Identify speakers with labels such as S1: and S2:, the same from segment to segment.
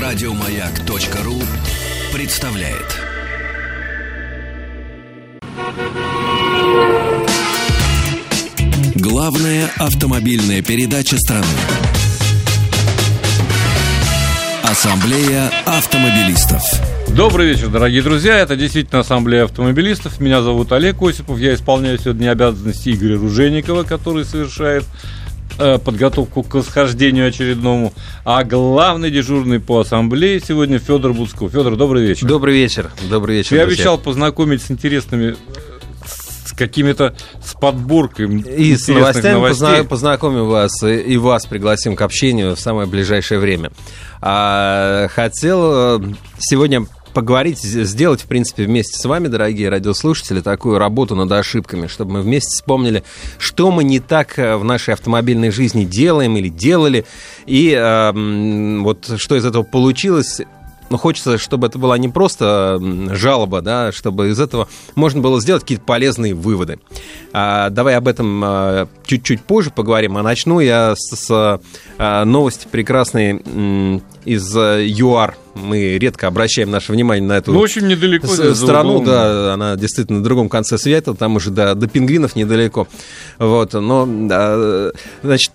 S1: Радиомаяк.ру представляет. Главная автомобильная передача страны. Ассамблея автомобилистов.
S2: Добрый вечер, дорогие друзья. Это действительно Ассамблея автомобилистов. Меня зовут Олег Осипов. Я исполняю сегодня обязанности Игоря Ружейникова, который совершает подготовку к восхождению очередному. А главный дежурный по ассамблее сегодня Федор Буцков. Федор, добрый вечер.
S3: Добрый вечер. Добрый вечер.
S2: Я обещал познакомить с интересными, с какими-то, с подборкой
S3: и с новостями познакомим вас и вас пригласим к общению в самое ближайшее время. Хотел сегодня поговорить, сделать, в принципе, вместе с вами, дорогие радиослушатели, такую работу над ошибками, чтобы мы вместе вспомнили, что мы не так в нашей автомобильной жизни делаем или делали, и вот что из этого получилось. Но хочется, чтобы это была не просто жалоба, да, чтобы из этого можно было сделать какие-то полезные выводы. Давай об этом чуть-чуть позже поговорим. А начну я с новости прекрасной из ЮАР. Мы редко обращаем наше внимание на эту
S2: очень недалеко
S3: страну. Да, она действительно на другом конце света, там уже до пингвинов недалеко. Вот, но, значит,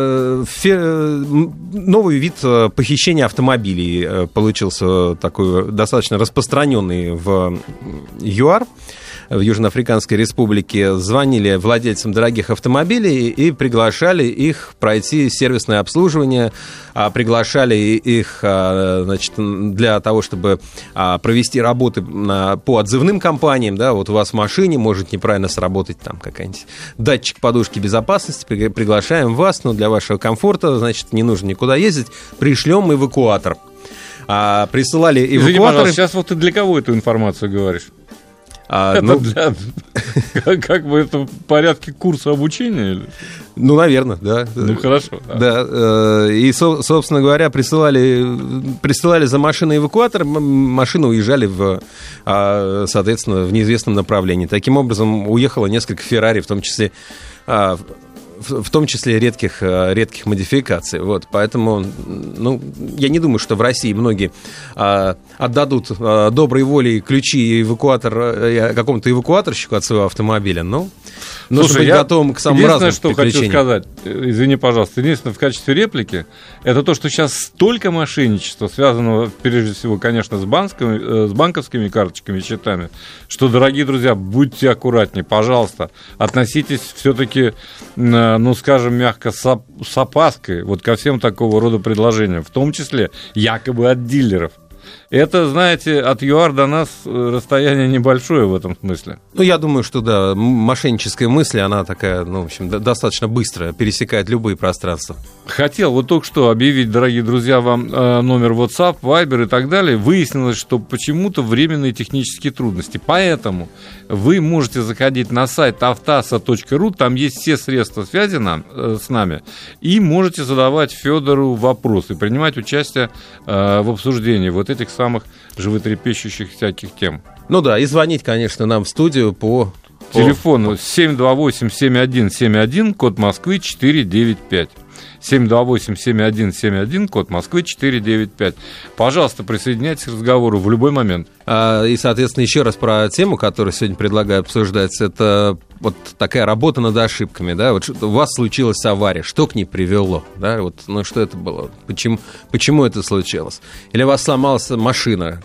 S3: новый вид похищения автомобилей получился такой достаточно распространенный в ЮАР, в Южноафриканской Республике. Звонили владельцам дорогих автомобилей и приглашали их пройти сервисное обслуживание, приглашали их, значит, для того, чтобы провести работы по отзывным компаниям. Да, вот у вас в машине может неправильно сработать там какая-нибудь датчик подушки безопасности, приглашаем вас, но для вашего комфорта, значит, не нужно никуда ездить, пришлем эвакуатор. Присылали эвакуаторы.
S2: Извини, пожалуйста, сейчас вот ты для кого эту информацию говоришь? Это как бы это в порядке курса обучения?
S3: Ну, наверное, да.
S2: Ну, хорошо.
S3: Да. И, собственно говоря, присылали за машиной эвакуатор, машины уезжали соответственно, в неизвестном направлении. Таким образом, уехало несколько Феррари, в том числе редких модификаций. Вот, поэтому, ну, я не думаю, что в России многие отдадут доброй волей ключи и какому-то эвакуаторщику от своего автомобиля. Но нужно быть готовым к самым разным приключениям.
S2: Единственное, что хочу сказать, извини, пожалуйста, единственное, в качестве реплики, это то, что сейчас столько мошенничества, связанного, прежде всего, конечно, с банковскими карточками и счетами, что, дорогие друзья, будьте аккуратнее, пожалуйста, относитесь все-таки, ну, скажем мягко, с опаской вот ко всем такого рода предложениям, в том числе якобы от дилеров. Это, знаете, от ЮАР до нас расстояние небольшое в этом смысле.
S3: Ну, я думаю, что да, мошенническая мысль, она такая, ну, в общем, достаточно быстро пересекает любые пространства.
S2: Хотел вот только что объявить, дорогие друзья, вам номер WhatsApp, Viber и так далее. Выяснилось, что почему-то временные технические трудности. Поэтому вы можете заходить на сайт автаса.ру, там есть все средства связи с нами, и можете задавать Федору вопросы, принимать участие в обсуждении вот этих самых животрепещущих всяких тем.
S3: Ну да, и звонить, конечно, нам в студию по
S2: телефону 728-7171, код Москвы 495. 728-7171, код Москвы 495. Пожалуйста, присоединяйтесь к разговору в любой момент.
S3: И, соответственно, еще раз про тему, которую сегодня предлагаю обсуждать, это вот такая работа над ошибками, да, вот у вас случилась авария, что к ней привело, да, вот, ну, что это было, почему это случилось, или у вас сломалась машина,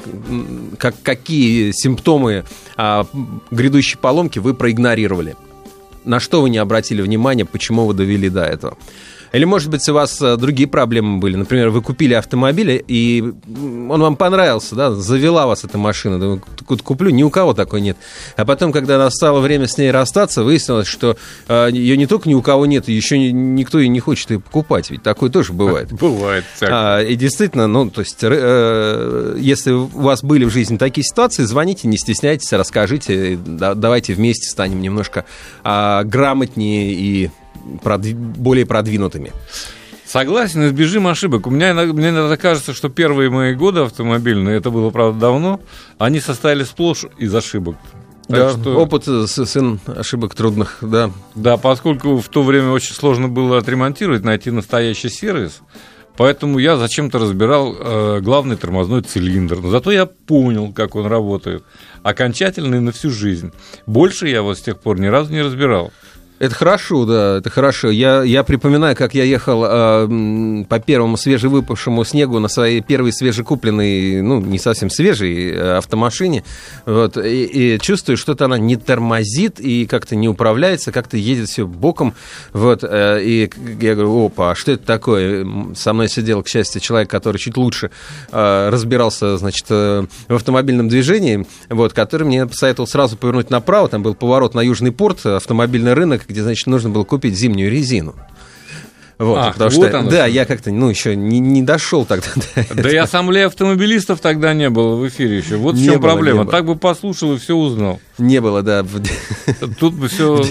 S3: какие симптомы грядущей поломки вы проигнорировали, на что вы не обратили внимания, почему вы довели до этого. Или, может быть, у вас другие проблемы были. Например, вы купили автомобиль, и он вам понравился, да, завела вас эта машина. Думаю, куплю, ни у кого такой нет. А потом, когда настало время с ней расстаться, выяснилось, что ее не только ни у кого нет, еще никто и не хочет ее покупать. Ведь такое тоже бывает.
S2: Бывает.
S3: И действительно, ну, то есть, если у вас были в жизни такие ситуации, звоните, не стесняйтесь, расскажите. Давайте вместе станем немножко грамотнее и более продвинутыми.
S2: Согласен, избежим ошибок. Мне иногда кажется, что первые мои годы автомобильные, это было, правда, давно, они состояли сплошь из ошибок.
S3: Да, что... опыт сын ошибок трудных, да.
S2: Да, поскольку в то время очень сложно было отремонтировать, найти настоящий сервис, Поэтому я зачем-то разбирал главный тормозной цилиндр. Но зато я понял, как он работает. Окончательно и на всю жизнь. Больше я его с тех пор ни разу не разбирал.
S3: Это хорошо, да, это хорошо. Я припоминаю, как я ехал по первому свежевыпавшему снегу на своей первой свежекупленной, ну, не совсем свежей автомашине, вот, и чувствую, что-то она не тормозит и как-то не управляется, как-то едет все боком, вот, и я говорю, опа, а что это такое? Со мной сидел, к счастью, человек, который чуть лучше разбирался, значит, в автомобильном движении, вот, который мне посоветовал сразу повернуть направо, там был поворот на Южный порт, автомобильный рынок, где, значит, нужно было купить зимнюю резину. Вот, потому
S2: вот
S3: что, да, я как-то, ну, еще не дошел тогда.
S2: Да и ассамблеи автомобилистов тогда не было в эфире еще. Вот в чем проблема. Так бы послушал и все узнал.
S3: Не было, да.
S2: Тут бы все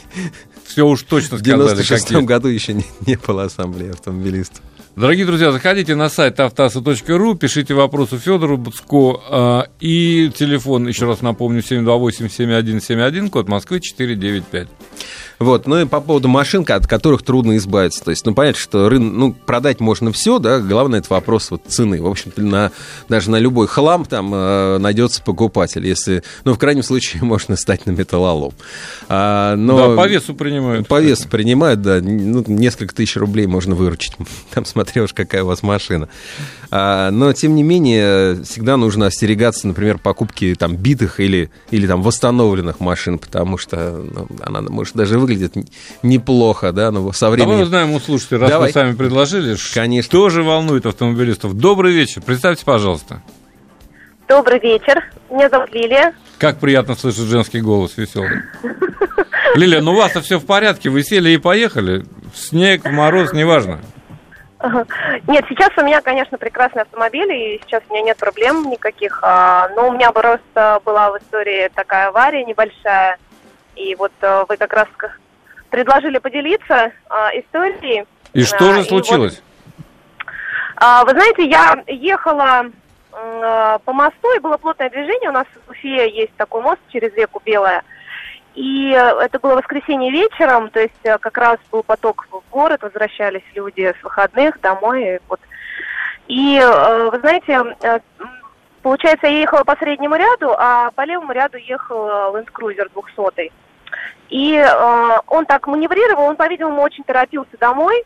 S2: уж точно сказали.
S3: В 96 году еще не было ассамблеи автомобилистов.
S2: Дорогие друзья, заходите на сайт автаса.ру, пишите вопросы Федору Буцко, и телефон, еще раз напомню, 728-7171, код Москвы 495.
S3: Вот, ну и по поводу машин, от которых трудно избавиться. То есть, ну, понятно, что продать можно все, да, главное, это вопрос вот цены. В общем-то, даже на любой хлам там найдется покупатель, если, ну, в крайнем случае, можно стать на металлолом. Да,
S2: по весу принимают.
S3: По весу принимают, да, ну, несколько тысяч рублей можно выручить. Там, смотря уж какая у вас машина. Но, тем не менее, всегда нужно остерегаться, например, покупки там битых или там восстановленных машин, потому что она может даже выглядит неплохо, да, но со временем...
S2: Давай узнаем у слушателей, раз вы сами предложили,
S3: конечно.
S2: Что же волнует автомобилистов. Добрый вечер, представьте, пожалуйста.
S4: Добрый вечер, меня зовут Лилия.
S2: Как приятно слышать женский голос веселый. Лилия, ну у вас-то все в порядке, вы сели и поехали, в снег, в мороз, неважно.
S4: Нет, сейчас у меня, конечно, прекрасный автомобиль, и сейчас у меня нет проблем никаких, но у меня просто была в истории такая авария небольшая, и вот вы как раз предложили поделиться историей.
S2: И что же случилось?
S4: Вот, вы знаете, я ехала по мосту, и было плотное движение, у нас в Уфе есть такой мост через реку Белая. И это было воскресенье вечером, то есть как раз был поток в город, возвращались люди с выходных домой. Вот. И, вы знаете, получается, я ехала по среднему ряду, а по левому ряду ехал Land Cruiser 200. И он так маневрировал, он, по-видимому, очень торопился домой.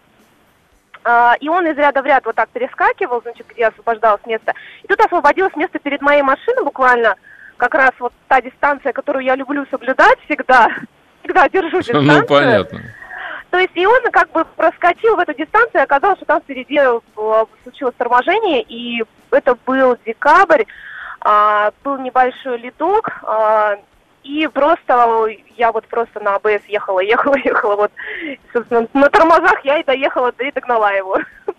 S4: И он из ряда в ряд вот так перескакивал, значит, где освобождалось место. И тут освободилось место перед моей машиной буквально. Как раз вот та дистанция, которую я люблю соблюдать всегда держу дистанцию.
S2: Ну, понятно.
S4: То есть и он как бы проскочил в эту дистанцию, и оказалось, что там впереди случилось торможение, и это был декабрь, был небольшой ледок, и просто я вот просто на АБС ехала, вот, собственно, на тормозах я и доехала, да и догнала его.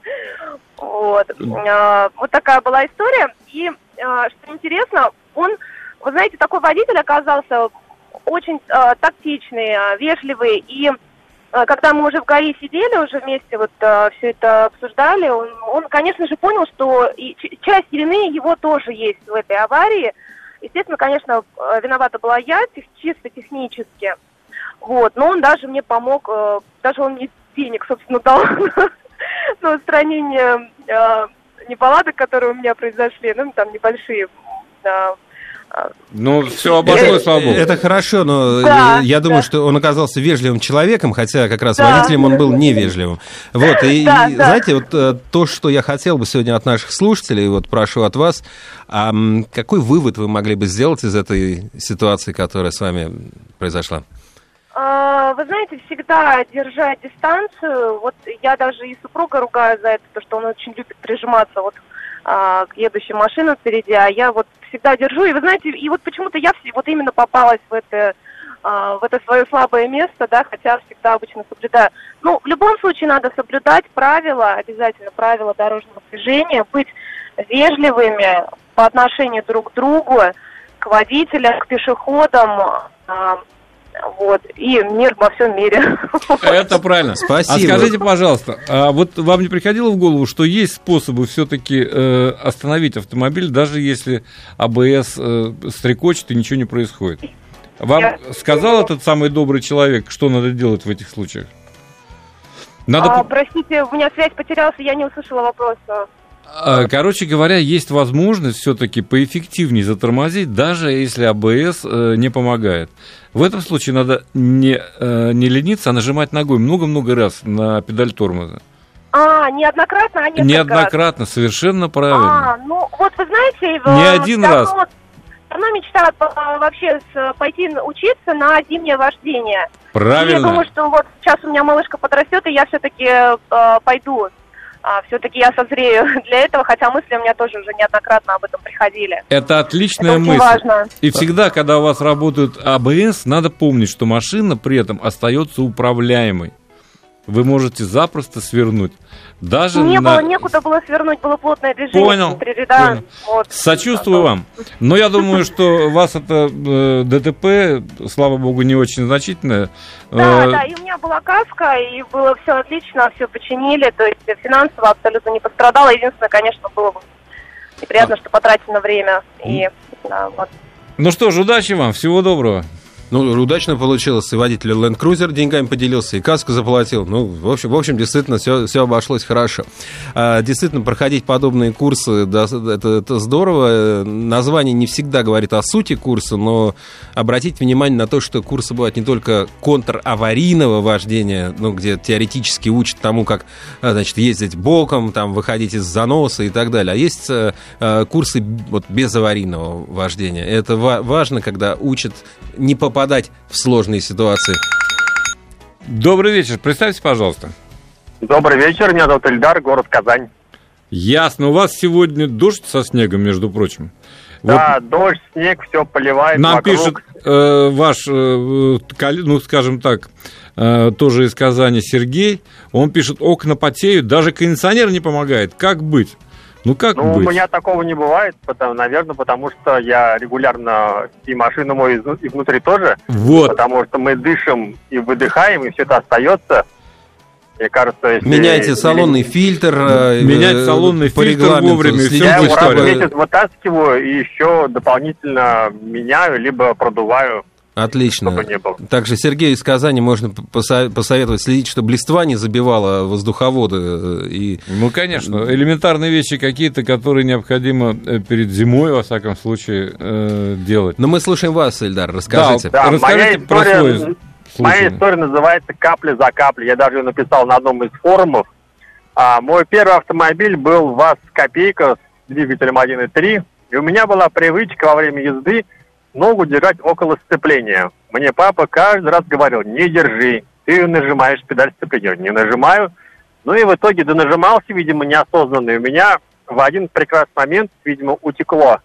S4: Вот. Вот такая была история, и что интересно, вы знаете, такой водитель оказался очень тактичный, вежливый, и когда мы уже в ГАИ сидели, уже вместе вот все это обсуждали, он, конечно же, понял, что и часть вины его тоже есть в этой аварии. Естественно, конечно, виновата была я, чисто технически, вот, но он даже мне помог, даже он мне денег, собственно, дал на устранение неполадок, которые у меня произошли, ну, там небольшие.
S2: Ну, все обошлось, слава богу.
S3: Это хорошо, но да, я думаю, что он оказался вежливым человеком, хотя как раз водителем он был невежливым. Вот, и знаете, вот то, что я хотел бы сегодня от наших слушателей, вот прошу от вас, какой вывод вы могли бы сделать из этой ситуации, которая с вами произошла?
S4: Вы знаете, всегда держать дистанцию, вот я даже и супруга ругаю за это, потому что он очень любит прижиматься вот к едущим машинам впереди, а я вот всегда держу, и вы знаете, и вот почему-то я вот именно попалась в это свое слабое место, да, хотя всегда обычно соблюдаю. Ну, в любом случае надо соблюдать правила, обязательно правила дорожного движения, быть вежливыми по отношению друг к другу, к водителям, к пешеходам, вот, и мир во всем мире.
S2: Это правильно.
S3: Спасибо.
S2: А скажите, пожалуйста, вот вам не приходило в голову, что есть способы все-таки остановить автомобиль, даже если АБС стрекочет и ничего не происходит? Вам сказал этот самый добрый человек, что надо делать в этих случаях?
S4: Простите, у меня связь потерялась, я не услышала вопроса.
S2: Короче говоря, есть возможность все-таки поэффективнее затормозить, даже если АБС не помогает. В этом случае надо не лениться, а нажимать ногой много-много раз на педаль тормоза.
S4: Неоднократно, а несколько
S2: Неоднократно, совершенно правильно.
S4: Ну вот вы знаете...
S2: Не один раз.
S4: Давно мечтала вообще пойти учиться на зимнее вождение.
S2: Правильно.
S4: И я думаю, что вот сейчас у меня малышка подрастет, и я все-таки пойду. Все-таки я созрею для этого, хотя мысли у меня тоже уже неоднократно об этом приходили.
S2: Это отличная мысль.
S4: Важно.
S2: И всегда, когда у вас работает АБС, надо помнить, что машина при этом остается управляемой. Вы можете запросто свернуть. Даже
S4: некуда было свернуть, было плотное движение.
S2: Понял. Вот. Сочувствую вам. Но я думаю, что у вас это ДТП, слава богу, не очень значительное.
S4: Да, и у меня была каска, и было все отлично, все починили, то есть финансово абсолютно не пострадала. Единственное, конечно, было бы неприятно, что потрачено время.
S2: Ну что ж, удачи вам, всего доброго.
S3: Ну, удачно получилось. И водитель Land Cruiser деньгами поделился, и каску заплатил. Ну, в общем, действительно, все обошлось хорошо. Действительно, проходить подобные курсы, да, это здорово. Название не всегда говорит о сути курса, но обратите внимание на то, что курсы бывают не только контраварийного вождения, ну, где теоретически учат тому, как, значит, ездить боком, там, выходить из заноса и так далее. А есть курсы вот, без аварийного вождения. Это важно, когда учат не попадать в сложные ситуации.
S2: Добрый вечер. Представьте, пожалуйста.
S5: Добрый вечер. Меня зовут Ильдар, город Казань.
S2: Ясно. У вас сегодня дождь со снегом, между прочим.
S5: Да, вот дождь, снег, все поливает
S2: нам
S5: вокруг.
S2: Пишет ваш, ну, скажем так, тоже из Казани Сергей. Он пишет, окна потеют, даже кондиционер не помогает. Как быть? Ну, быть?
S5: У меня такого не бывает, наверное, потому что я регулярно и машину мою, и внутри тоже.
S2: Вот.
S5: Потому что мы дышим и выдыхаем, и все это остается. Мне кажется, если...
S3: Меняйте салонный фильтр.
S2: Менять салонный фильтр вовремя.
S5: Я его раз в месяц вытаскиваю и еще дополнительно меняю, либо продуваю.
S3: Отлично. Также Сергею из Казани можно посоветовать следить, чтобы листва не забивала воздуховоды. И...
S2: Ну, конечно. Элементарные вещи какие-то, которые необходимо перед зимой, во всяком случае, делать.
S3: Но мы слушаем вас, Ильдар. Расскажите.
S5: Да, расскажите про свой случай. Моя история называется «Капля за каплей». Я даже ее написал на одном из форумов. Мой первый автомобиль был ВАЗ-Копейка с двигателем 1.3. И у меня была привычка во время езды ногу держать около сцепления. Мне папа каждый раз говорил, не держи, ты нажимаешь педаль сцепления. Не нажимаю. Ну и в итоге донажимался, видимо, неосознанно. И у меня в один прекрасный момент, видимо, утекла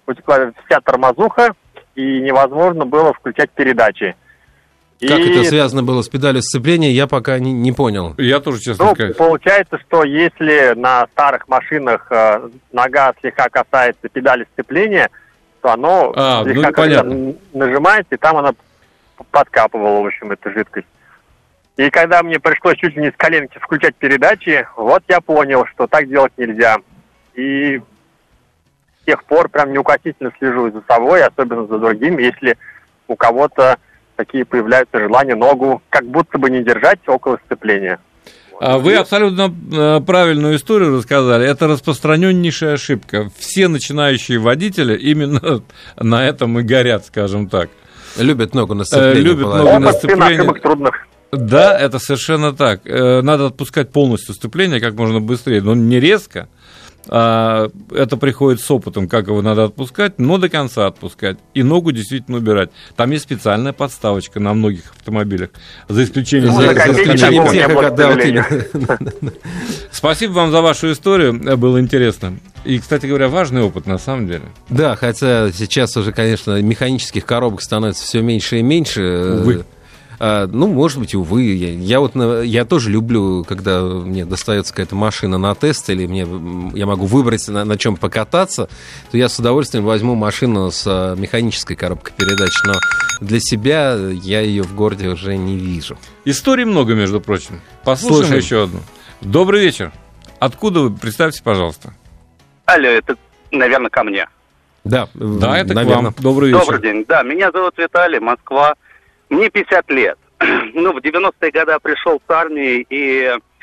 S5: вся тормозуха, и невозможно было включать передачи.
S3: Как это связано было с педалью сцепления, я пока не понял.
S2: Я тоже, честно сказать.
S5: Получается, что если на старых машинах нога слегка касается педали сцепления, то оно слегка когда нажимаете, там она подкапывала, в общем, эту жидкость. И когда мне пришлось чуть ли не с коленки включать передачи, вот я понял, что так делать нельзя. И с тех пор прям неукоснительно слежу за собой, особенно за другими, если у кого-то такие появляются желания ногу как будто бы не держать около сцепления.
S2: Вы абсолютно правильную историю рассказали. Это распространеннейшая ошибка. Все начинающие водители именно на этом и горят, скажем так.
S3: Любят ногу на сцепление.
S5: Ошибок трудных.
S2: Да, это совершенно так. Надо отпускать полностью сцепление как можно быстрее, но не резко. Это приходит с опытом, как его надо отпускать, но до конца отпускать. И ногу действительно убирать. Там есть специальная подставочка на многих автомобилях. За исключением Спасибо вам за вашу историю. Было интересно. И, кстати говоря, важный опыт на самом деле.
S3: Да, хотя сейчас уже, конечно, механических коробок становится все меньше и меньше.
S2: Увы.
S3: Ну, может быть, увы. Я тоже люблю, когда мне достается какая-то машина на тест, или я могу выбрать, на чем покататься, то я с удовольствием возьму машину с механической коробкой передач. Но для себя я ее в городе уже не вижу.
S2: Историй много, между прочим. Послушаем еще одну. Добрый вечер. Откуда вы? Представьте, пожалуйста.
S6: Алло, это, наверное, ко мне.
S3: Да,
S2: это наверное. К вам. Добрый вечер.
S6: Добрый день. Да, меня зовут Виталий, Москва. Мне 50 лет. Ну, в 90-е годы пришел с армии, и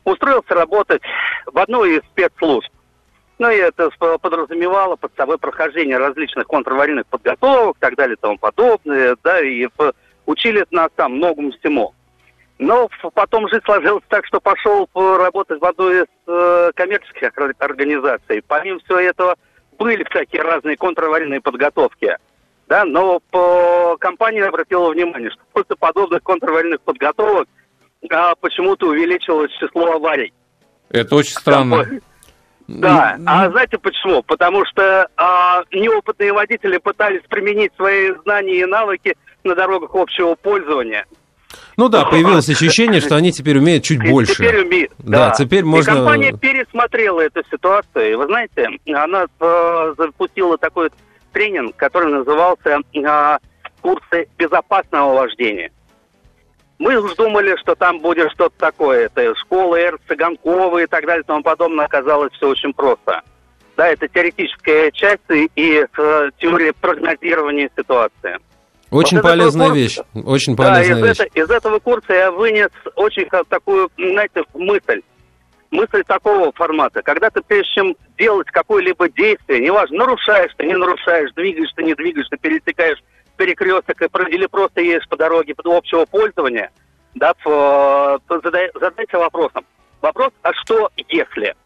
S6: устроился работать в одну из спецслужб. Ну, и это подразумевало под собой прохождение различных контраварийных подготовок, так далее и тому подобное, да, и учили нас там многому всему. Но потом жизнь сложилась так, что пошел работать в одну из коммерческих организаций. Помимо всего этого, были всякие разные контраварийные подготовки, да, но компания обратила внимание, что после подобных контраварийных подготовок почему-то увеличилось число аварий.
S2: Это очень странно.
S6: Да, а знаете почему? Потому что неопытные водители пытались применить свои знания и навыки на дорогах общего пользования.
S3: Ну да, появилось ощущение, что они теперь умеют чуть больше.
S6: Теперь умеют,
S3: да. Теперь можно...
S6: И компания пересмотрела эту ситуацию. И вы знаете, она запустила такой тренинг, который назывался «Курсы безопасного вождения». Мы уж думали, что там будет что-то такое. Это школа Р. Цыганкова и так далее и тому подобное. Оказалось все очень просто. Да, это теоретическая часть и теория прогнозирования ситуации.
S3: Очень полезная вещь. Очень полезная вещь.
S6: Из этого курса я вынес очень такую, знаете, мысль. Мысль такого формата. Когда ты, прежде чем делать какое-либо действие, неважно, нарушаешь ты, не нарушаешь, двигаешься, не двигаешься, пересекаешь перекресток или просто едешь по дороге общего пользования, да, задайте вопросом. Вопрос, а что если?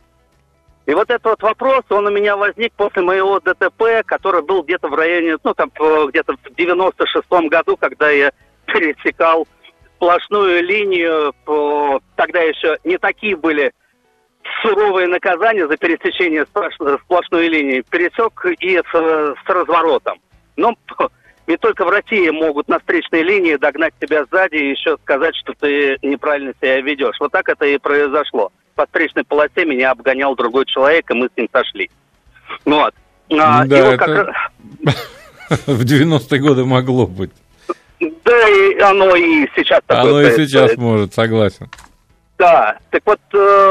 S6: И вот этот вот вопрос, он у меня возник после моего ДТП, который был где-то в районе, ну, там, где-то в 96-м году, когда я пересекал сплошную линию, тогда еще не такие были суровые наказания за пересечение сплошной линии, пересек и с разворотом. Но ведь только в России могут на встречной линии догнать тебя сзади и еще сказать, что ты неправильно себя ведешь. Вот так это и произошло. По встречной полосе меня обгонял другой человек, и мы с ним сошли. Вот.
S2: Да, это в 90-е годы могло быть.
S6: Да, и оно и сейчас такое.
S2: Оно и сейчас может, согласен.
S6: Да, так вот,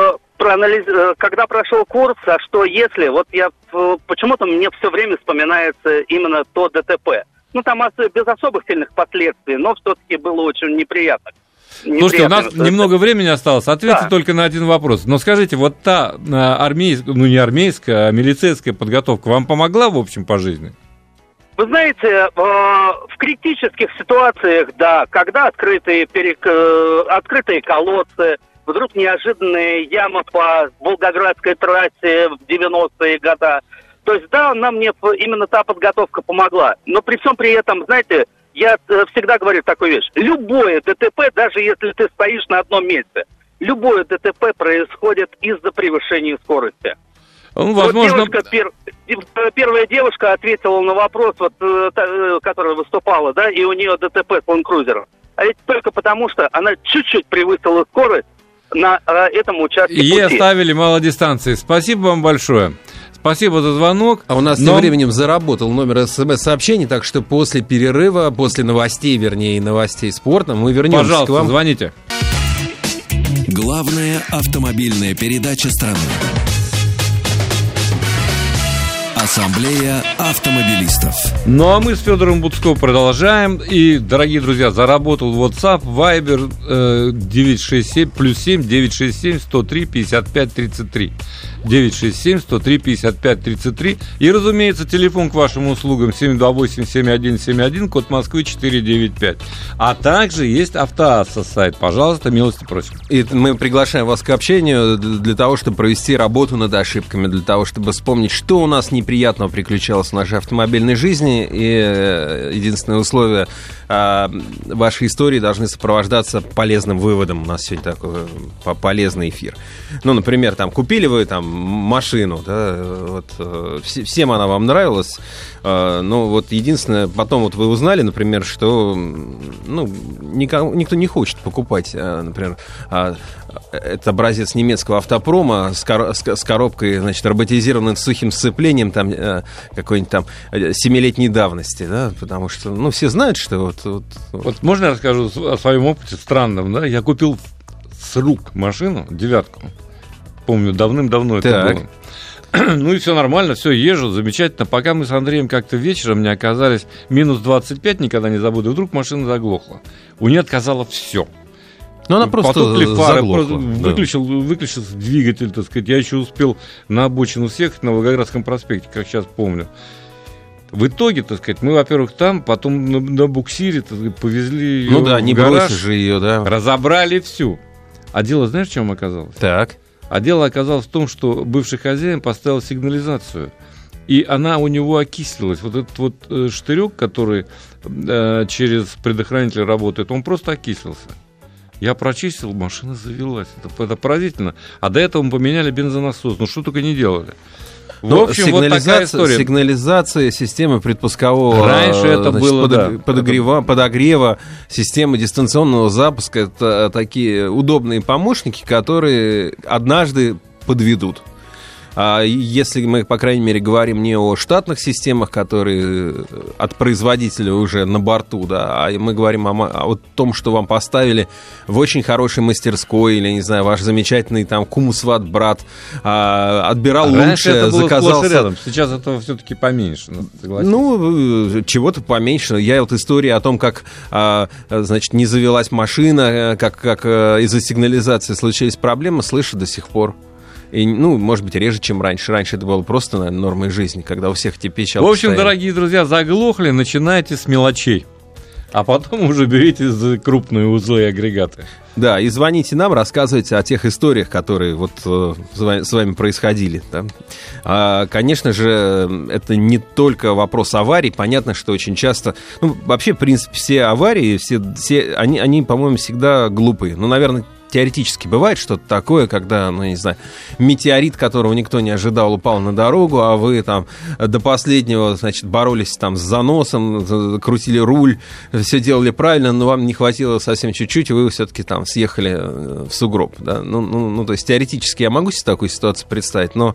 S6: когда прошел курс, а что если, вот я, почему-то мне все время вспоминается именно то ДТП. Ну, там без особых сильных последствий, но все-таки было очень неприятно.
S2: Слушайте, у нас немного времени осталось. Ответьте только на один вопрос. Но скажите, вот та армейская, ну не армейская, а милицейская подготовка вам помогла, в общем, по жизни?
S6: Вы знаете, в критических ситуациях, да, когда открытые колодцы, вдруг неожиданная яма по Волгоградской трассе в 90-е годы. То есть, да, мне именно та подготовка помогла. Но при всем при этом, знаете, я всегда говорю такую вещь. Любое ДТП, даже если ты стоишь на одном месте, любое ДТП происходит из-за превышения скорости.
S2: Ну, возможно...
S6: Вот первая девушка ответила на вопрос, вот, которая выступала, да, и у нее ДТП с ленд-крузером. А ведь только потому, что она чуть-чуть превысила скорость на этом участке пути.
S2: Ей оставили мало дистанции. Спасибо вам большое. Спасибо за звонок.
S3: А у нас тем временем заработал номер СМС-сообщений, так что после перерыва, после новостей, вернее, новостей спорта, мы вернемся
S2: к вам.
S3: Пожалуйста,
S2: звоните.
S1: Главная автомобильная передача страны. Ассамблея автомобилистов.
S2: Ну а мы с Федором Буцко продолжаем. И, дорогие друзья, заработал WhatsApp, Viber 967 +7 967 103 55 33. 967 103 55 33. И, разумеется, телефон к вашим услугам 728-7171, код Москвы 495. А также есть Автоасса сайт. Пожалуйста, милости просим.
S3: И мы приглашаем вас к общению для того, чтобы провести работу над ошибками, для того, чтобы вспомнить, что у нас неприятного приключалось в нашей автомобильной жизни. И единственное условие вашей истории должны сопровождаться полезным выводом. У нас сегодня такой полезный эфир. Ну, например, там купили вы там машину, да, вот, всем она вам нравилась, но вот единственное, потом вот вы узнали, например, что никто не хочет покупать, например, это образец немецкого автопрома с коробкой, значит, роботизированным сухим сцеплением там какой-нибудь там 7-летней давности, да, потому что, все знают, что
S2: Вот можно я расскажу о своем опыте странном, да? Я купил с рук машину, 9-ку, помню, давным-давно это было. Ну и все нормально, все, езжу, замечательно. Пока мы с Андреем как-то вечером не оказались минус 25, никогда не забуду, и вдруг машина заглохла. У нее отказало все.
S3: Ну, она просто
S2: потухли фары,
S3: заглохла,
S2: выключился двигатель, так сказать. Я еще успел на обочину съехать на Волгоградском проспекте, как сейчас помню. В итоге, так сказать, мы, во-первых, там, потом на буксире, так сказать, повезли ее
S3: Ну да,
S2: в
S3: не
S2: гараж,
S3: бросишь же ее, да.
S2: разобрали всю. А дело, знаешь, в чем оказалось?
S3: Так.
S2: А дело оказалось в том, что бывший хозяин поставил сигнализацию, и она у него окислилась. Вот этот вот штырек, который через предохранитель работает, он просто окислился. Я прочистил, машина завелась. Это поразительно. А до этого мы поменяли бензонасос. Ну, что только не делали. В общем, вот такая история.
S3: Сигнализация, системы предпускового
S2: Раньше это было,
S3: подогрева, системы дистанционного запуска. Это такие удобные помощники, которые однажды подведут. А если мы, по крайней мере, говорим не о штатных системах, которые от производителя уже на борту, да, а мы говорим о том, что вам поставили в очень хорошей мастерской, или, не знаю, ваш замечательный там кум-сват-брат отбирал
S2: раньше
S3: лучшее,
S2: это было
S3: заказал...
S2: рядом. Сейчас этого все-таки поменьше.
S3: Ну, чего-то поменьше. Я вот история о том, как, значит, не завелась машина, как из-за сигнализации случились проблемы, слышу до сих пор. И, ну, может быть, реже, чем раньше. Раньше это было просто, наверное, нормой жизни, когда у всех эти печалки
S2: В общем,
S3: стояли.
S2: дорогие друзья, заглохли, начинайте с мелочей. А потом уже берите за крупные узлы и агрегаты.
S3: Да, и звоните нам, рассказывайте о тех историях, которые вот с вами происходили. Да? Конечно же, это не только вопрос аварий. Понятно, что очень часто... Ну, вообще, в принципе, все аварии, они, по-моему, всегда глупые. Ну, наверное, теоретически бывает что-то такое, когда, ну, не знаю, метеорит, которого никто не ожидал, упал на дорогу, а вы там до последнего, значит, боролись там с заносом, крутили руль, все делали правильно, но вам не хватило совсем чуть-чуть, и вы все-таки там съехали в сугроб, да? Ну, то есть теоретически я могу себе такую ситуацию представить, но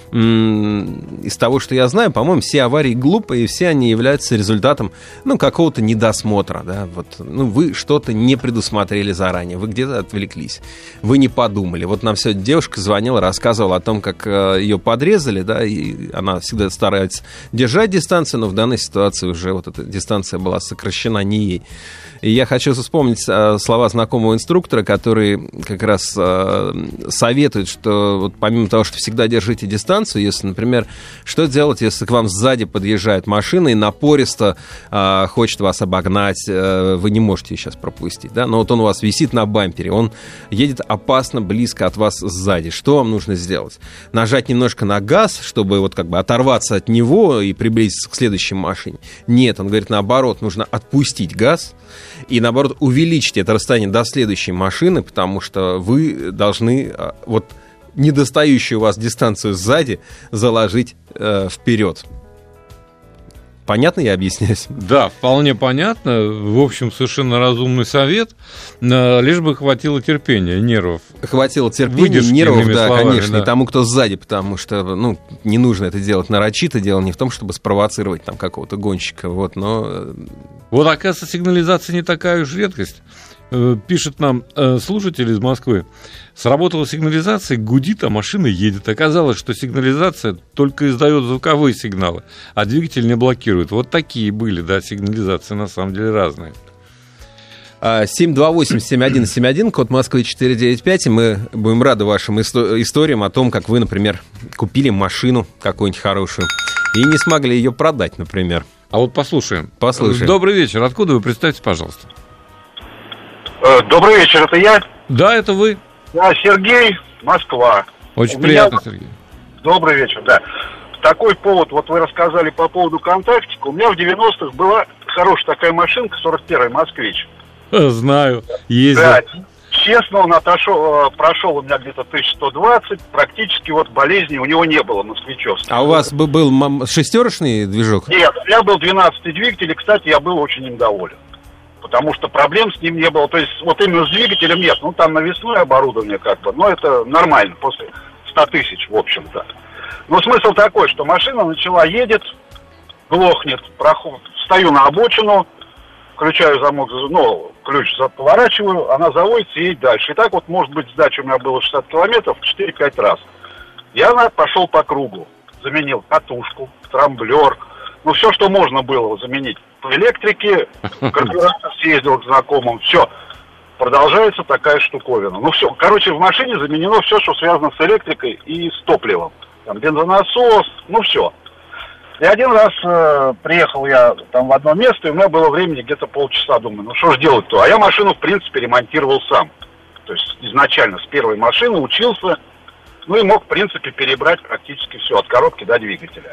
S3: из того, что я знаю, по-моему, все аварии глупые, и все они являются результатом, ну, какого-то недосмотра, да, вот, ну, вы что-то не предусмотрели заранее, вы где-то отвлеклись, вы не подумали. Вот нам сегодня девушка звонила, рассказывала о том, как ее подрезали, да, и она всегда старается держать дистанцию, но в данной ситуации уже вот эта дистанция была сокращена не ей. И я хочу вспомнить слова знакомого инструктора, который как раз советует, что вот помимо того, что всегда держите дистанцию, если, например, что делать, если к вам сзади подъезжает машина и напористо хочет вас обогнать, вы не можете ее сейчас пропустить, да, но вот он у вас висит на бампере, он едет опасно близко от вас сзади. Что вам нужно сделать? Нажать немножко на газ, чтобы вот как бы оторваться от него и приблизиться к следующей машине? Нет, он говорит, наоборот, нужно отпустить газ и, наоборот, увеличить это расстояние до следующей машины, потому что вы должны вот недостающую у вас дистанцию сзади заложить вперед. Понятно я объясняюсь?
S2: Да, вполне понятно. В общем, совершенно разумный совет. Лишь бы хватило терпения, нервов.
S3: Хватило терпения,
S2: Выдержки,
S3: нервов, да,
S2: словами,
S3: конечно,
S2: да.
S3: И тому, кто сзади, потому что, ну, не нужно это делать нарочито. Дело не в том, чтобы спровоцировать там какого-то гонщика, вот, но...
S2: Вот, оказывается, сигнализация не такая уж редкость. Пишет нам слушатель из Москвы. Сработала сигнализация, гудит, а машина едет. Оказалось, что сигнализация только издает звуковые сигналы, а двигатель не блокирует. Вот такие были, да, сигнализации на самом деле разные.
S3: 728-7171, код Москвы 495, и мы будем рады вашим историям о том, как вы, например, купили машину какую-нибудь хорошую и не смогли ее продать, например.
S2: А вот послушаем.
S3: Послушаем.
S2: Добрый вечер. Откуда вы? Представьте, пожалуйста.
S7: Добрый вечер, это я?
S2: Да, это вы.
S7: Я Сергей, Москва.
S2: Очень приятно, Сергей.
S7: Добрый вечер, да. Такой повод, вот вы рассказали по поводу контактика. У меня в 90-х была хорошая такая машинка, 41-й «Москвич».
S2: Знаю, ездил.
S7: Да, честно, он прошел у меня где-то 1120, практически вот болезней у него не было, москвичевских.
S3: А у вас был шестерочный движок?
S7: Нет, у меня был 12-й двигатель, и, кстати, я был очень им доволен. Потому что проблем с ним не было. То есть вот именно с двигателем нет. Ну, там навесное оборудование как бы. Но это нормально после 100 тысяч, в общем-то. Но смысл такой, что машина едет, глохнет, встаю на обочину, включаю замок, ну, ключ поворачиваю, она заводится и едет дальше. И так вот, может быть, сдача у меня была 60 километров 4-5 раз. Я пошел по кругу, заменил катушку, трамблер, ну, все, что можно было заменить. По электрике, карбюратор съездил к знакомым, все. продолжается такая штуковина. Ну все, короче, в машине заменено все, что связано с электрикой и с топливом. Там бензонасос, ну все. И один раз приехал я там в одно место, и у меня было времени где-то полчаса, думаю, ну что ж делать-то? А я машину, в принципе, ремонтировал сам. То есть изначально с первой машины учился, ну и мог, в принципе, перебрать практически все, от коробки до двигателя.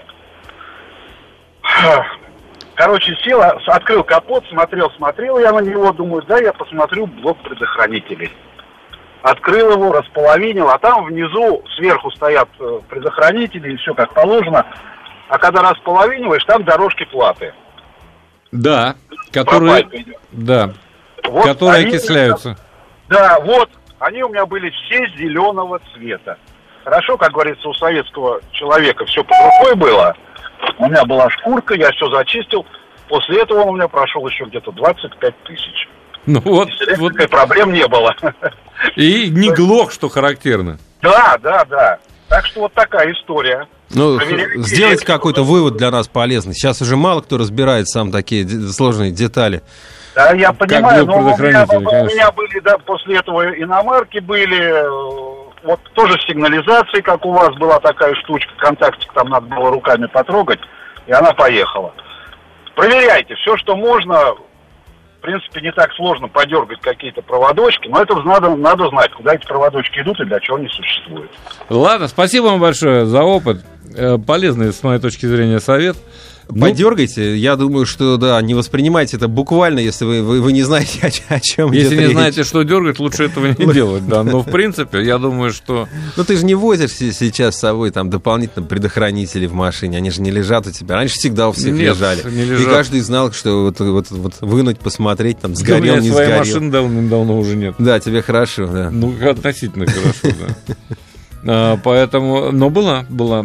S7: Короче, сел, открыл капот, смотрел я на него, думаю, да, я посмотрю блок предохранителей. Открыл его, располовинил, а там внизу, сверху стоят предохранители, и все как положено. А когда располовиниваешь, там дорожки платы.
S2: Да, которые, да, вот которые окисляются.
S7: Да, вот, они у меня были все зеленого цвета. Хорошо, как говорится, у советского человека все под рукой было. У меня была шкурка, я все зачистил. После этого он у меня прошел еще где-то 25 тысяч.
S2: Ну вот,
S7: вот проблем не было.
S2: И не глох, что характерно.
S7: Да. Так что вот такая история.
S3: Ну, сделайте какой-то вывод для нас полезный. Сейчас уже мало кто разбирает сам такие сложные детали.
S7: Да, я понимаю, но у меня были, да, после этого иномарки были, вот тоже с сигнализацией, как у вас была такая штучка, контактик там надо было руками потрогать, и она поехала. Проверяйте, все, что можно, в принципе, не так сложно подергать какие-то проводочки, но это надо знать, куда эти проводочки идут и для чего они существуют.
S2: Ладно, спасибо вам большое за опыт. Полезный, с моей точки зрения, совет.
S3: Подергайте, я думаю, что, да, не воспринимайте это буквально, если вы не знаете, о чем идет речь.
S2: Если не знаете, что дергать, лучше этого не делать, да, но в принципе, я думаю, что...
S3: Ну ты же не возишь сейчас с собой там дополнительно предохранители в машине, они же не лежат у тебя, раньше всегда у всех лежали. И каждый знал, что вот вынуть, посмотреть, там, сгорел, не сгорел.
S2: Своей машины давно уже нет.
S3: Да, тебе хорошо, да.
S2: Ну, относительно хорошо, да. Поэтому, но была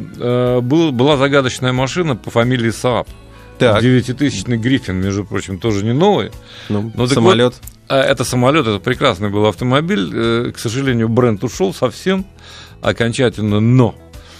S2: загадочная машина по фамилии Saab. 9-тысячный Гриффин, между прочим, тоже не новый.
S3: Но самолет.
S2: Вот, это самолет, это прекрасный был автомобиль. К сожалению, бренд ушел совсем окончательно, но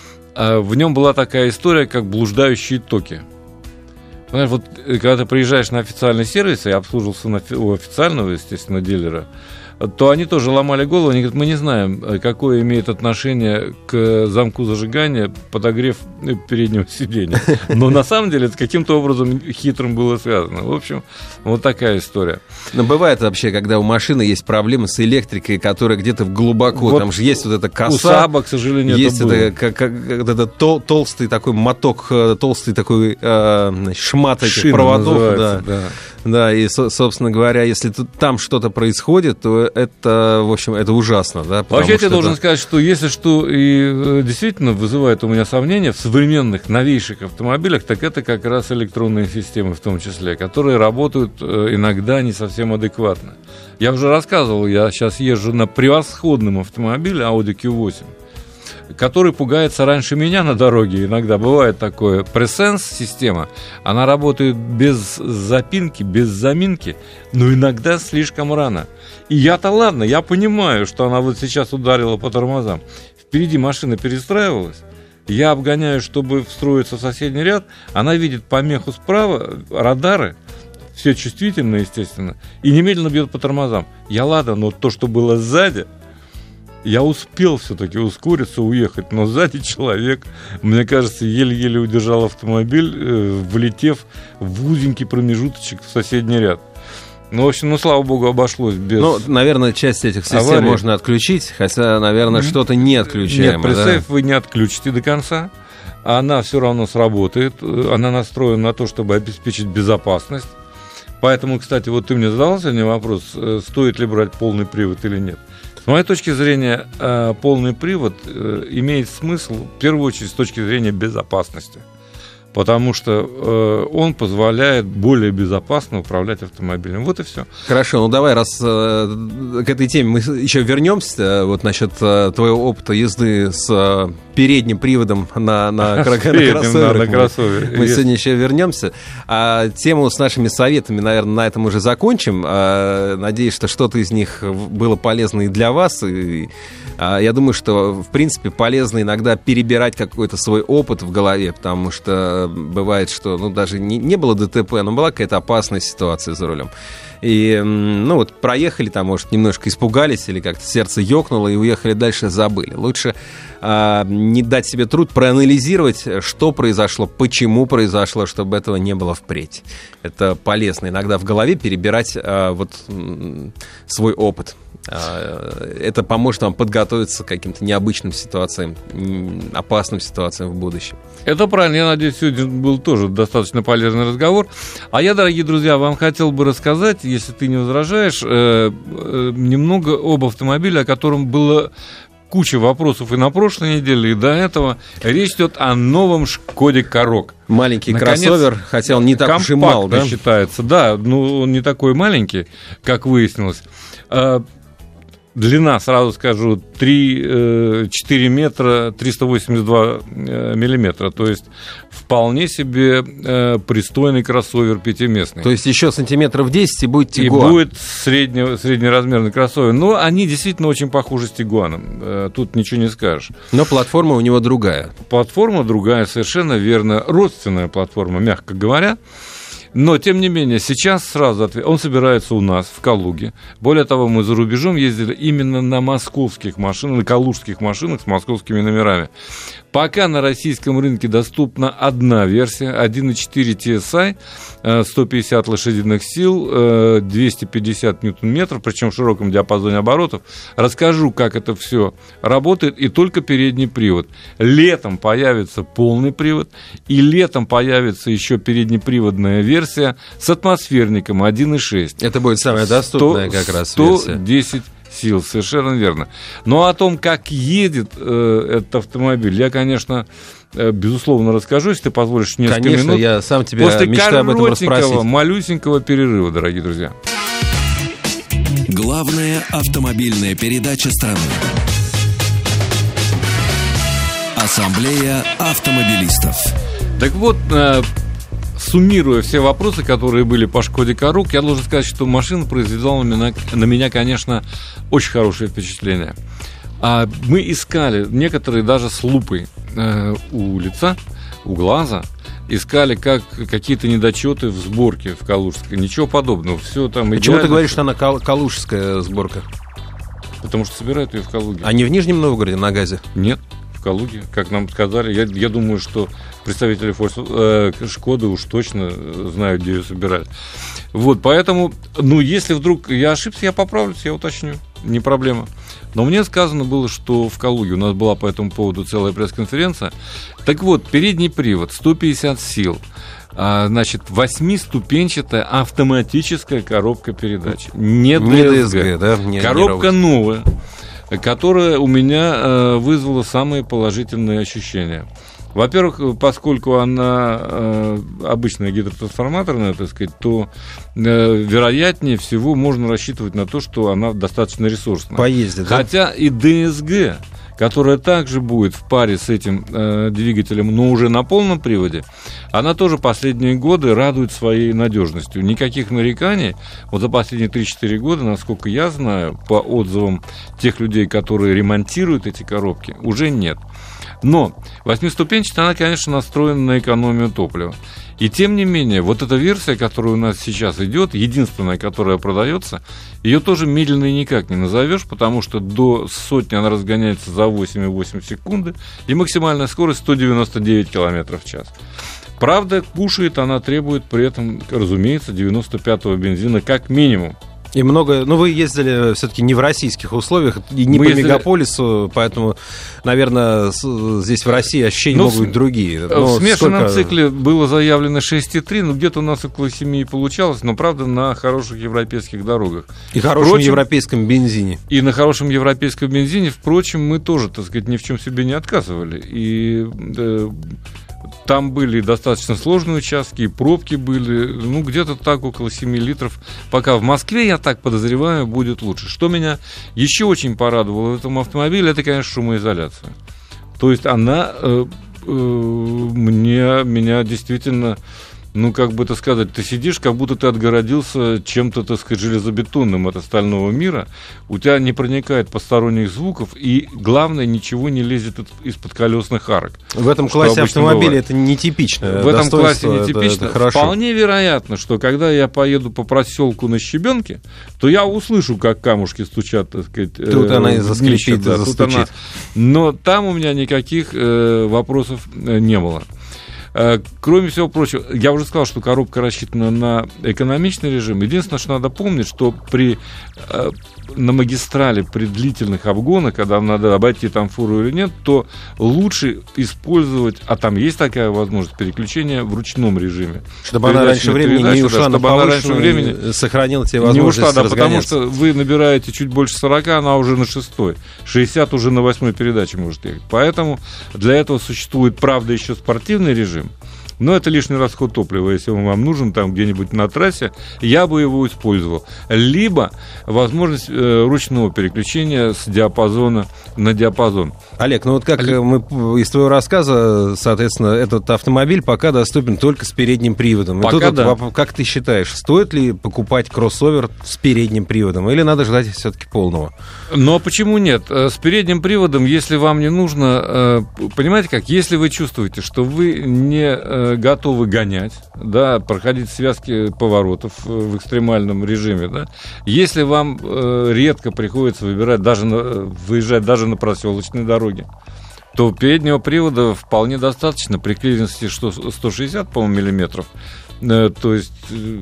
S2: в нем была такая история, как блуждающие токи. Понимаешь, вот когда ты приезжаешь на официальный сервис, я обслуживался у официального, естественно, дилера, то они тоже ломали голову, они говорят, мы не знаем, какое имеет отношение к замку зажигания подогрев переднего сиденья. Но на самом деле это каким-то образом хитрым было связано. В общем, вот такая история.
S3: Но бывает вообще, когда у машины есть проблемы с электрикой, которая где-то глубоко, вот там же есть вот эта коса.
S2: У Саба, к сожалению,
S3: есть это толстый такой моток, толстый такой шмат этих проводов. Да, и, собственно говоря, если там что-то происходит, то это, в общем, это ужасно. Да,
S2: вообще, я должен сказать, что если что и действительно вызывает у меня сомнения в современных, новейших автомобилях, так это как раз электронные системы в том числе, которые работают иногда не совсем адекватно. Я уже рассказывал, я сейчас езжу на превосходном автомобиле Audi Q8, который пугается раньше меня на дороге. Иногда бывает такое. Presence-система, она работает без запинки, без заминки, но иногда слишком рано. И я-то ладно, я понимаю, что она вот сейчас ударила по тормозам. Впереди машина перестраивалась, я обгоняю, чтобы встроиться в соседний ряд, она видит помеху справа, радары, все чувствительно, естественно, и немедленно бьет по тормозам. Я ладно, но то, что было сзади, я успел все-таки ускориться, уехать, но сзади человек, мне кажется, еле-еле удержал автомобиль, влетев в узенький промежуточек в соседний ряд. Ну, в общем, слава богу, обошлось без...
S3: Ну, наверное, часть этих систем аварии можно отключить, хотя, наверное, что-то не отключаемо.
S2: Нет, пресейв вы не отключите до конца, она все равно сработает, она настроена на то, чтобы обеспечить безопасность. Поэтому, кстати, вот ты мне задал сегодня вопрос, стоит ли брать полный привод или нет. С моей точки зрения, полный привод имеет смысл, в первую очередь, с точки зрения безопасности. Потому что он позволяет более безопасно управлять автомобилем. Вот и все.
S3: Хорошо, ну давай, раз к этой теме мы еще вернемся, вот насчет твоего опыта езды с передним приводом на кроссовере. Мы сегодня еще вернемся. А тему с нашими советами, наверное, на этом уже закончим. Надеюсь, что что-то из них было полезно и для вас. И я думаю, что, в принципе, полезно иногда перебирать какой-то свой опыт в голове, потому что бывает, что даже не было ДТП, но была какая-то опасная ситуация за рулем. И, проехали там, может, немножко испугались или как-то сердце ёкнуло и уехали дальше, забыли. Лучше не дать себе труд проанализировать, что произошло, почему произошло, чтобы этого не было впредь. Это полезно. Иногда в голове перебирать свой опыт. Это поможет вам подготовиться к каким-то необычным ситуациям, опасным ситуациям в будущем.
S2: Это правильно. Я надеюсь, сегодня был тоже достаточно полезный разговор. А я, дорогие друзья, вам хотел бы рассказать, если ты не возражаешь, немного об автомобиле, о котором было куча вопросов и на прошлой неделе, и до этого. Речь идет о новом Шкоде Корок.
S3: Маленький кроссовер, хотя он не так уж и мал, да?
S2: Считается, да, но он не такой маленький, как выяснилось. Длина, сразу скажу, 4 метра 382 миллиметра. То есть вполне себе пристойный кроссовер пятиместный.
S3: То есть еще сантиметров 10 и будет Тигуан.
S2: И будет среднеразмерный кроссовер. Но они действительно очень похожи с Тигуаном. Тут ничего не скажешь.
S3: Но платформа у него другая.
S2: Платформа другая, совершенно верно. Родственная платформа, мягко говоря. Но, тем не менее, сейчас сразу он собирается у нас, в Калуге. Более того, мы за рубежом ездили именно на московских машинах, на калужских машинах с московскими номерами. Пока на российском рынке доступна одна версия, 1.4 TSI, 150 лошадиных сил, 250 ньютон-метров, причем в широком диапазоне оборотов. Расскажу, как это все работает, и только передний привод. Летом появится полный привод, и летом появится еще переднеприводная версия с атмосферником 1.6.
S3: Это будет самая доступная как раз версия.
S2: 110 сил, совершенно верно. Но о том, как едет этот автомобиль, я, конечно, безусловно, расскажу, если ты позволишь несколько минут.
S3: Конечно, я сам тебя мечтаю об этом расспросить.
S2: После малюсенького перерыва, дорогие друзья.
S1: Главная автомобильная передача страны. Ассамблея автомобилистов.
S2: Так вот, суммируя все вопросы, которые были по Шкоде Корок, я должен сказать, что машина произвела на меня, конечно, очень хорошее впечатление. Мы искали, некоторые даже с лупой у лица, у глаза, искали какие-то недочеты в сборке в Калужской. Ничего подобного. Все там идеально.
S3: Почему ты говоришь, что она калужская сборка?
S2: Потому что собирают ее в Калуге.
S3: А не в Нижнем Новгороде на ГАЗе?
S2: Нет. В Калуге, как нам сказали. Я думаю, что представители Шкоды уж точно знают, где ее собирать. Вот, поэтому, если вдруг я ошибся, я поправлюсь, я уточню. Не проблема. Но мне сказано было, что в Калуге у нас была по этому поводу целая пресс-конференция. Так вот, передний привод, 150 сил. Значит, 8-ступенчатая автоматическая коробка передач. Не ДСГ,
S3: да?
S2: Коробка новая, которая у меня вызвала самые положительные ощущения. Во-первых, поскольку она обычная гидротрансформаторная, так сказать, то вероятнее всего можно рассчитывать на то, что она достаточно ресурсная.
S3: Поездит, да?
S2: Хотя и ДСГ, которая также будет в паре с этим двигателем, но уже на полном приводе, она тоже последние годы радует своей надежностью. Никаких нареканий. Вот за последние 3-4 года, насколько я знаю, по отзывам тех людей, которые ремонтируют эти коробки, уже нет. Но 8-ступенчатая, она, конечно, настроена на экономию топлива. И тем не менее, вот эта версия, которая у нас сейчас идет, единственная, которая продается, ее тоже медленной никак не назовешь, потому что до сотни она разгоняется за 8,8 секунды, и максимальная скорость 199 км в час. Правда, кушает она, требует при этом, разумеется, 95-го бензина как минимум.
S3: И много... вы ездили все-таки не в российских условиях, и не мегаполису, поэтому, наверное, здесь в России ощущения могут быть другие.
S2: В смешанном цикле было заявлено 6,3, где-то у нас около 7 получалось, но, правда, на хороших европейских дорогах.
S3: И хорошем европейском бензине.
S2: И на хорошем европейском бензине, впрочем, мы тоже, так сказать, ни в чем себе не отказывали. И... там были достаточно сложные участки, и пробки были, где-то так, около 7 литров. Пока в Москве, я так подозреваю, будет лучше. Что меня еще очень порадовало в этом автомобиле, это, конечно, шумоизоляция. То есть она меня действительно ну, как бы это сказать, ты сидишь, как будто ты отгородился чем-то, так сказать, железобетонным от остального мира, у тебя не проникает посторонних звуков, и, главное, ничего не лезет из-под колесных арок.
S3: В этом классе автомобиля это нетипично.
S2: В этом классе нетипично. Вполне вероятно, что когда я поеду по проселку на Щебенке, то я услышу, как камушки стучат, так сказать.
S3: Тут она и заскрипит, и застучит.
S2: Но там у меня никаких вопросов не было. Кроме всего прочего, я уже сказал, что коробка рассчитана на экономичный режим. Единственное, что надо помнить, что на магистрали при длительных обгонах, когда надо обойти там фуру или нет, то лучше использовать, а там есть такая возможность, переключения в ручном режиме.
S3: Чтобы она раньше времени не ушла на повышенную, сохранила тебе возможность
S2: не ушла, да, потому что вы набираете чуть больше 40, она уже на 6-й, 60 уже на 8-й передаче может ехать. Поэтому для этого существует, правда, еще спортивный режим. Но это лишний расход топлива. Если он вам нужен там где-нибудь на трассе, я бы его использовал. Либо возможность ручного переключения с диапазона на диапазон.
S3: Олег, ну вот как мы из твоего рассказа, соответственно, этот автомобиль пока доступен только с передним приводом.
S2: Пока
S3: и тут
S2: да.
S3: Как ты считаешь, стоит ли покупать кроссовер с передним приводом? Или надо ждать все-таки полного?
S2: Ну а почему нет? С передним приводом, если вам не нужно... Понимаете как? Если вы чувствуете, что вы не готовы гонять, да, проходить связки поворотов в экстремальном режиме, да, если вам редко приходится выезжать даже на проселочные дороги, то переднего привода вполне достаточно при клиренсе 160, по-моему, миллиметров. То есть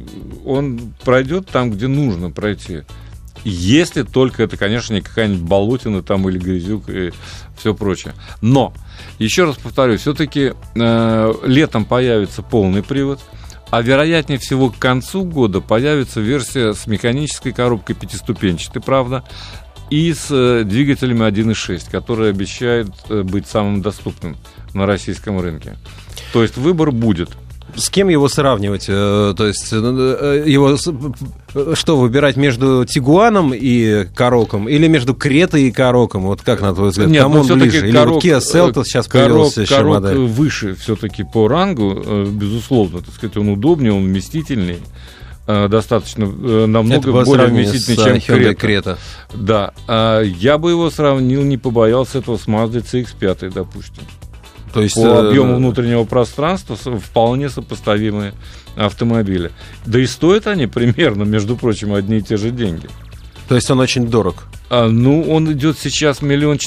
S2: он пройдет там, где нужно пройти. Если только это, конечно, не какая-нибудь болотина там или грязюк и все прочее. Но, еще раз повторю, все-таки летом появится полный привод, а вероятнее всего к концу года появится версия с механической коробкой пятиступенчатой, правда, и с двигателями 1.6, который обещает быть самым доступным на российском рынке. То есть выбор будет.
S3: С кем его сравнивать? То есть его что, выбирать между Тигуаном и Кароком или между Кретой и Кароком? Вот как, на твой взгляд, кому он ближе? Или вот Kia Seltos сейчас появился еще модель?
S2: Карок выше все-таки по рангу, безусловно, так сказать, он удобнее, он вместительнее. Достаточно, намного более вместительный, чем Крета. Да, я бы его сравнил, не побоялся этого с Mazda CX-5, допустим. То есть, по объему внутреннего пространства вполне сопоставимые автомобили. Да и стоят они примерно, между прочим, одни и те же деньги.
S3: То есть он очень дорог?
S2: Он идет сейчас 1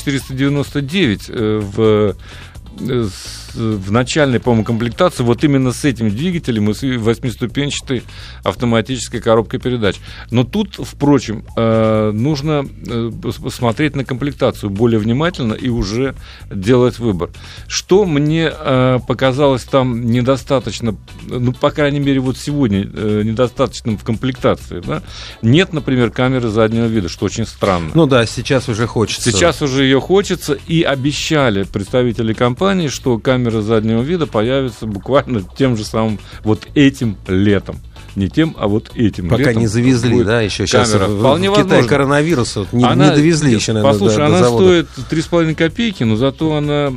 S2: 499 000 в начальной, по-моему, комплектации вот именно с этим двигателем и с 8-ступенчатой автоматической коробкой передач. Но тут, впрочем, нужно смотреть на комплектацию более внимательно и уже делать выбор. Что мне показалось там недостаточно, ну, по крайней мере, вот сегодня недостаточным в комплектации, да? Нет, например, камеры заднего вида, что очень странно.
S3: Ну да, сейчас уже хочется.
S2: Сейчас уже ее хочется, и обещали представители компании, что камера заднего вида появится буквально тем же самым вот этим летом. Не тем, а вот этим
S3: пока
S2: летом.
S3: Не завезли, да, еще сейчас
S2: камера.
S3: Вполне в Китае коронавирус вот, не довезли еще, наверное,
S2: послушай,
S3: до
S2: она
S3: завода.
S2: Стоит 3,5 копейки, но зато она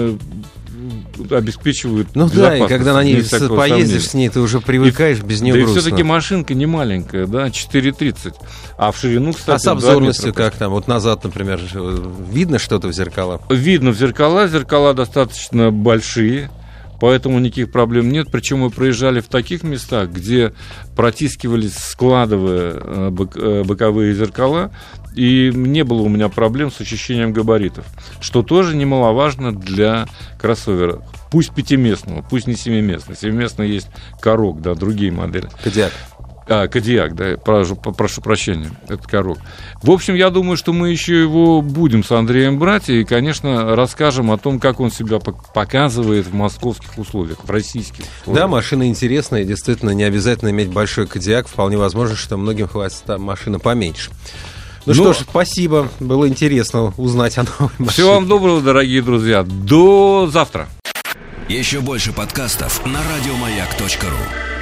S2: обеспечивает
S3: безопасность. Да, и когда на ней поездишь с ней, ты уже привыкаешь, без нее грустно.
S2: Да и все-таки машинка не маленькая, да, 4,30. А в ширину, кстати,
S3: а с обзорностью как там? Вот назад, например, видно что-то в зеркалах?
S2: Видно в зеркала. Зеркала достаточно большие, поэтому никаких проблем нет. Причем мы проезжали в таких местах, где протискивались, складывая боковые зеркала, и не было у меня проблем с ощущением габаритов, что тоже немаловажно для кроссовера. Пусть пятиместного, пусть не семиместного. Семиместный есть Карок, да, другие модели. Кодиак, да, прошу прощения, это Карок. В общем, я думаю, что мы еще его будем с Андреем брать и, конечно, расскажем о том, как он себя показывает в московских условиях, в российских условиях.
S3: Да, машина интересная, действительно, не обязательно иметь большой Кодиак, вполне возможно, что многим хватит там машина поменьше. Ну что ж, спасибо, было интересно узнать о новой машине.
S2: Всего вам доброго, дорогие друзья, до завтра.
S1: Еще больше подкастов на радиомаяк.ру.